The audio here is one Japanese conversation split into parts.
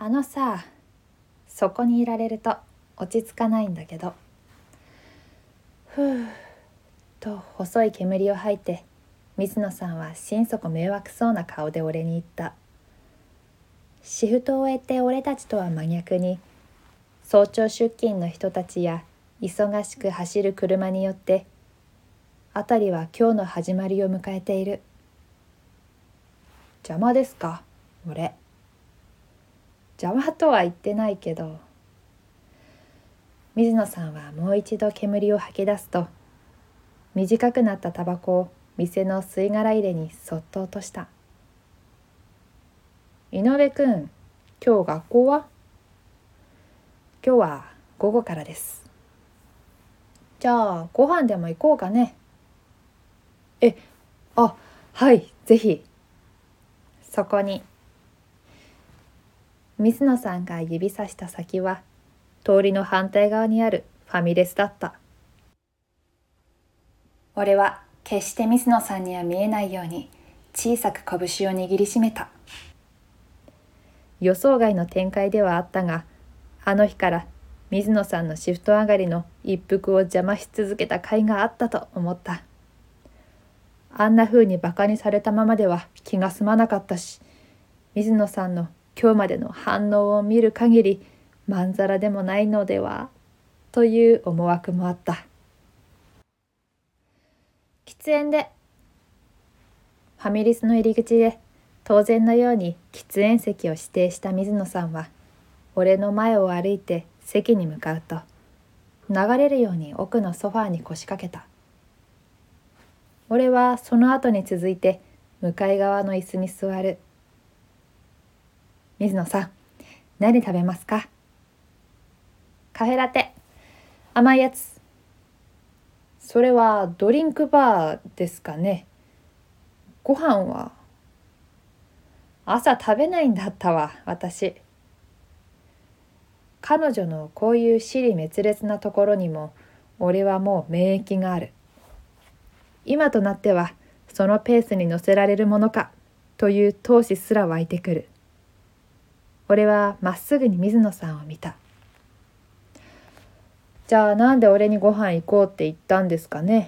あのさ、そこにいられると落ち着かないんだけど。ふーっと細い煙を吐いて、水野さんは心底迷惑そうな顔で俺に言った。シフトを終えて俺たちとは真逆に、早朝出勤の人たちや忙しく走る車によって辺りは今日の始まりを迎えている。邪魔ですか、俺。邪魔とは言ってないけど。水野さんはもう一度煙を吐き出すと、短くなったタバコを店の吸い殻入れにそっと落とした。井上くん、今日学校は？今日は午後からです。じゃあご飯でも行こうかね。はい、ぜひ。そこに水野さんが指さした先は通りの反対側にあるファミレスだった。俺は決して水野さんには見えないように小さく拳を握りしめた。予想外の展開ではあったが、あの日から水野さんのシフト上がりの一服を邪魔し続けた甲斐があったと思った。あんな風にバカにされたままでは気が済まなかったし、水野さんの今日までの反応を見る限りまんざらでもないのではという思惑もあった。喫煙で、ファミレスの入り口で当然のように喫煙席を指定した水野さんは、俺の前を歩いて席に向かうと、流れるように奥のソファーに腰掛けた。俺はその後に続いて向かい側の椅子に座る。水野さん、何食べますか？カフェラテ、甘いやつ。それはドリンクバーですかね。ご飯は？朝食べないんだったわ、私。彼女のこういう支離滅裂なところにも俺はもう免疫がある。今となってはそのペースに乗せられるものかという闘志すら湧いてくる。俺はまっすぐに水野さんを見た。じゃあなんで俺にご飯行こうって言ったんですかね。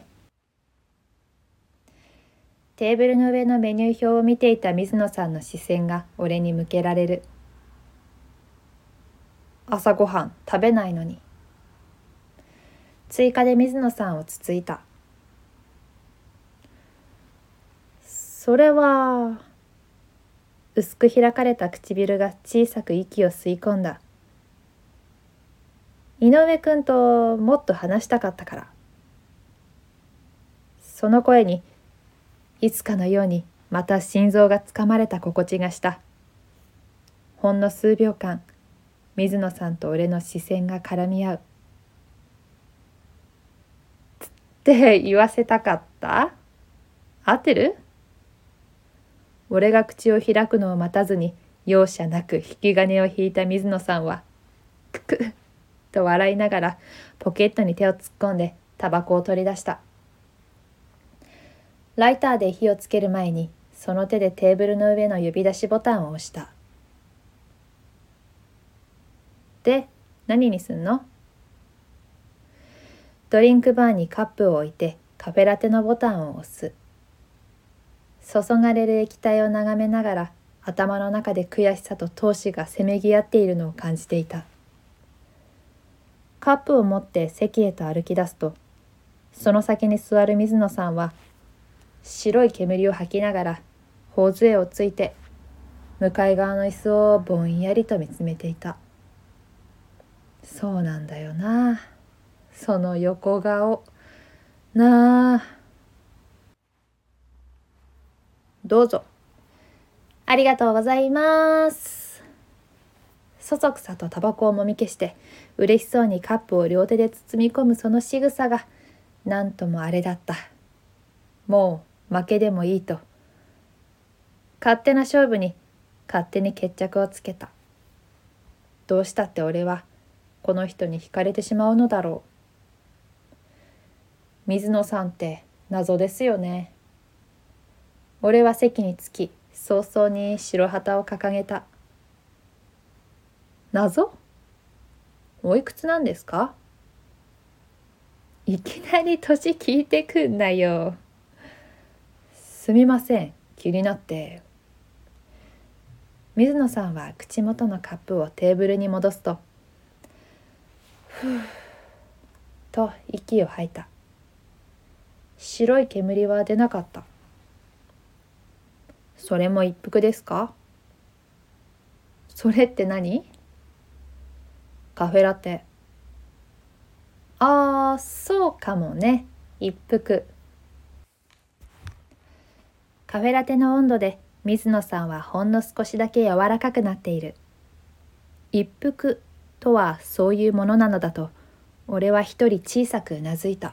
テーブルの上のメニュー表を見ていた水野さんの視線が俺に向けられる。朝ごはん食べないのに。追加で水野さんをつついた。それは。薄く開かれた唇が小さく息を吸い込んだ。井上くんともっと話したかったから。その声にいつかのようにまた心臓がつかまれた心地がした。ほんの数秒間、水野さんと俺の視線が絡み合う。って言わせたかった？合ってる？俺が口を開くのを待たずに容赦なく引き金を引いた水野さんはククッと笑いながらポケットに手を突っ込んでタバコを取り出した。ライターで火をつける前にその手でテーブルの上の呼び出しボタンを押した。で、何にすんの？ドリンクバーにカップを置いてカフェラテのボタンを押す。注がれる液体を眺めながら頭の中で悔しさと闘志がせめぎ合っているのを感じていた。カップを持って席へと歩き出すと、その先に座る水野さんは白い煙を吐きながら頬杖をついて向かい側の椅子をぼんやりと見つめていた。そうなんだよな、その横顔なあ。どうぞ。ありがとうございます。そそくさとタバコをもみ消して嬉しそうにカップを両手で包み込むその仕草がなんともあれだった。もう負けでもいいと。勝手な勝負に勝手に決着をつけた。どうしたって俺はこの人に惹かれてしまうのだろう。水野さんって謎ですよね。俺は席に着き早々に白旗を掲げた。 謎？おいくつなんですか？いきなり年聞いてくんなよ。すみません、気になって。水野さんは口元のカップをテーブルに戻すと、ふぅと息を吐いた。白い煙は出なかった。それも一服ですか？それって何？カフェラテ。ああ、そうかもね。一服。カフェラテの温度で水野さんはほんの少しだけ柔らかくなっている。一服とはそういうものなのだと、俺は一人小さくうなずいた。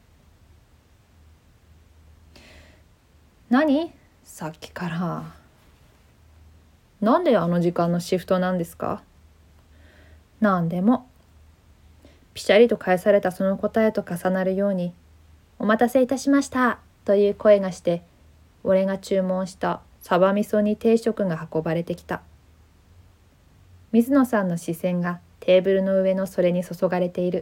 何？さっきから。なんであの時間のシフトなんですか？なんでも。ぴしゃりと返されたその答えと重なるように、お待たせいたしましたという声がして、俺が注文したサバ味噌煮定食が運ばれてきた。水野さんの視線がテーブルの上のそれに注がれている。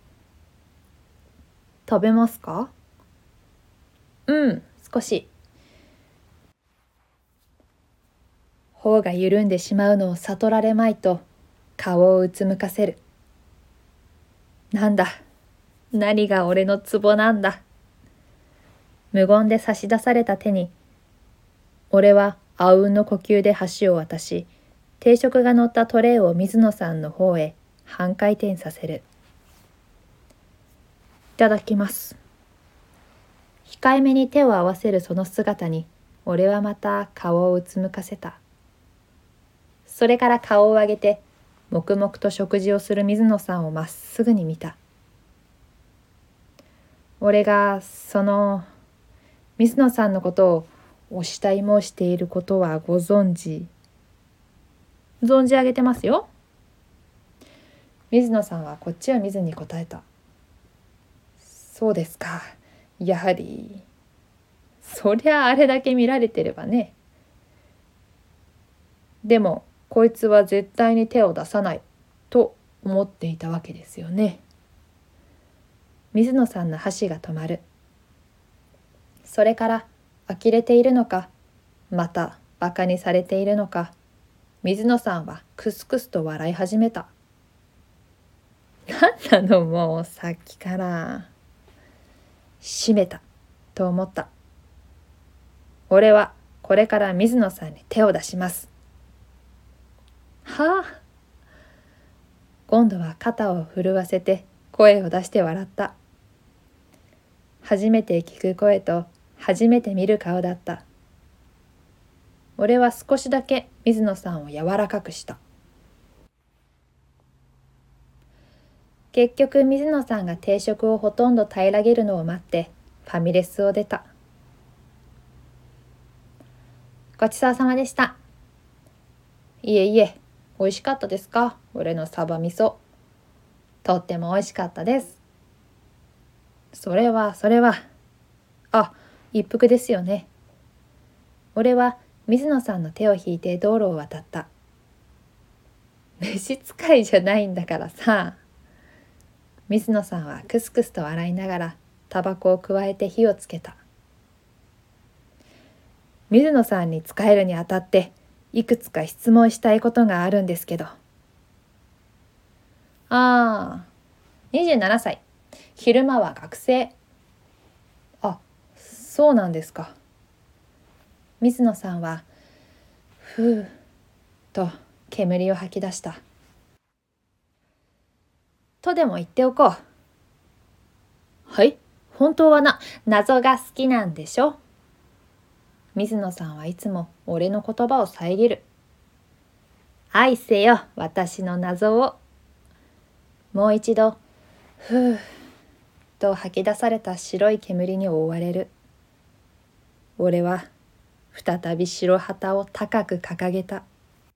食べますか？うん、少し。頬が緩んでしまうのを悟られまいと顔をうつむかせる。なんだ、何が俺のツボなんだ。無言で差し出された手に、俺はあうんの呼吸で箸を渡し、定食が乗ったトレイを水野さんの方へ半回転させる。いただきます。控えめに手を合わせるその姿に、俺はまた顔をうつむかせた。それから顔を上げて、黙々と食事をする水野さんをまっすぐに見た。俺が水野さんのことをお慕い申していることは存じ上げてますよ。水野さんはこっちを見ずに答えた。そうですか。やはり。そりゃあれだけ見られてればね。でもこいつは絶対に手を出さないと思っていたわけですよね。水野さんの箸が止まる。それから呆れているのか、またバカにされているのか、水野さんはクスクスと笑い始めた。なんなのもうさっきから。閉めたと思った。俺はこれから水野さんに手を出します。はあ。今度は肩を震わせて声を出して笑った。初めて聞く声と初めて見る顔だった。俺は少しだけ水野さんを柔らかくした。結局水野さんが定食をほとんど平らげるのを待ってファミレスを出た。ごちそうさまでした。いえいえ、美味しかったですか？俺のサバ味噌。とっても美味しかったです。それは。あ、一服ですよね。俺は水野さんの手を引いて道路を渡った。召使いじゃないんだからさ。水野さんはクスクスと笑いながらタバコをくわえて火をつけた。水野さんに仕えるにあたっていくつか質問したいことがあるんですけど。27歳。昼間は学生。あ、そうなんですか。水野さんはふーと煙を吐き出した。とでも言っておこう。はい、本当は謎が好きなんでしょ。水野さんはいつも俺の言葉を遮る。愛せよ、私の謎を。もう一度、ふーと吐き出された白い煙に覆われる。俺は再び白旗を高く掲げた。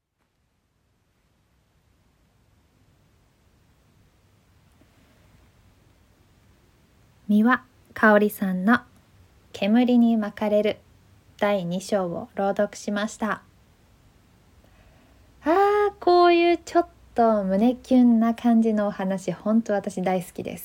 三輪香織さんの煙に巻かれる第2章を朗読しました。こういうちょっと胸キュンな感じのお話、本当私大好きです。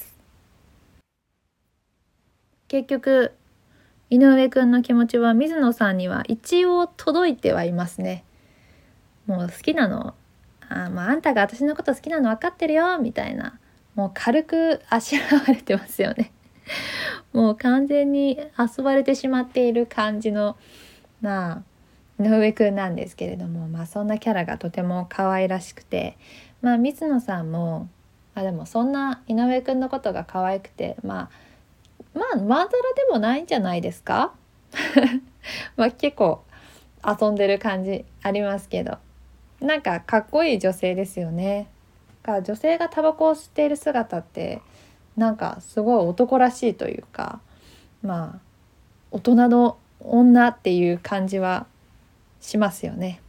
結局井上くんの気持ちは水野さんには一応届いてはいますね。もう好きなの、あんたが私のこと好きなの分かってるよみたいな、もう軽くあしらわれてますよね。もう完全に遊ばれてしまっている感じの井上くんなんですけれども、そんなキャラがとても可愛らしくて、水野さんもでもそんな井上くんのことが可愛くてまんざらでもないんじゃないですか。結構遊んでる感じありますけど、なんかかっこいい女性ですよね。女性がタバコを吸っている姿ってなんかすごい男らしいというか、大人の女っていう感じはしますよね。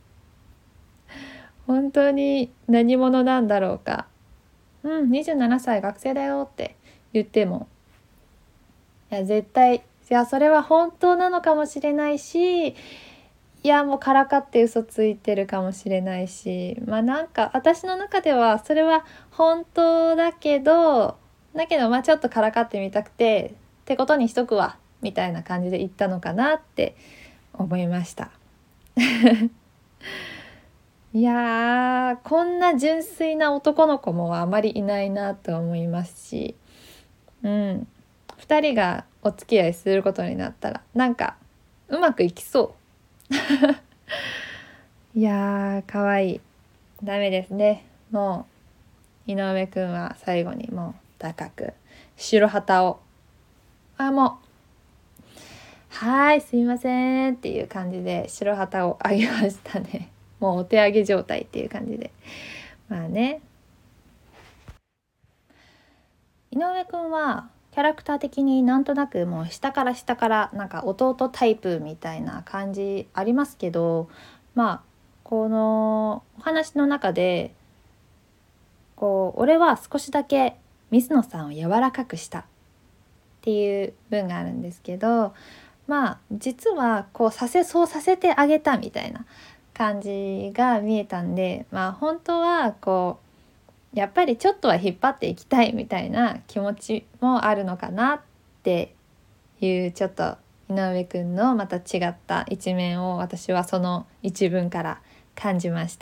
本当に何者なんだろうか。27歳学生だよって言っても、絶対それは本当なのかもしれないし、もうからかって嘘ついてるかもしれないし、なんか私の中ではそれは本当だけどちょっとからかってみたくてってことにしとくわみたいな感じで言ったのかなって思いました。いやこんな純粋な男の子もあまりいないなと思いますし、2人がお付き合いすることになったらなんかうまくいきそう。いやかわいい。ダメですね。もう井上くんは最後にもう高く白旗をもうはいすいませんっていう感じで白旗をあげましたね。もうお手上げ状態っていう感じで、井上くんはキャラクター的になんとなくもう下からなんか弟タイプみたいな感じありますけど、このお話の中で俺は少しだけ水野さんを柔らかくしたっていう文があるんですけど、実はそうさせてあげたみたいな感じが見えたんで、本当はやっぱりちょっとは引っ張っていきたいみたいな気持ちもあるのかなっていう、ちょっと井上くんのまた違った一面を私はその一文から感じました。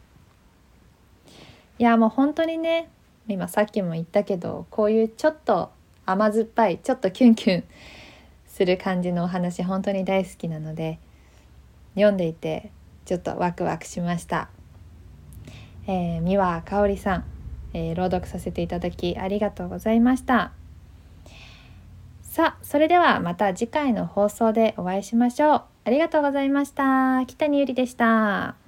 もう本当にね、今さっきも言ったけど、こういうちょっと甘酸っぱい、ちょっとキュンキュンする感じのお話本当に大好きなので、読んでいてちょっとワクワクしました。三輪香織さん、朗読させていただきありがとうございました。さあ、それではまた次回の放送でお会いしましょう。ありがとうございました。北にゆりでした。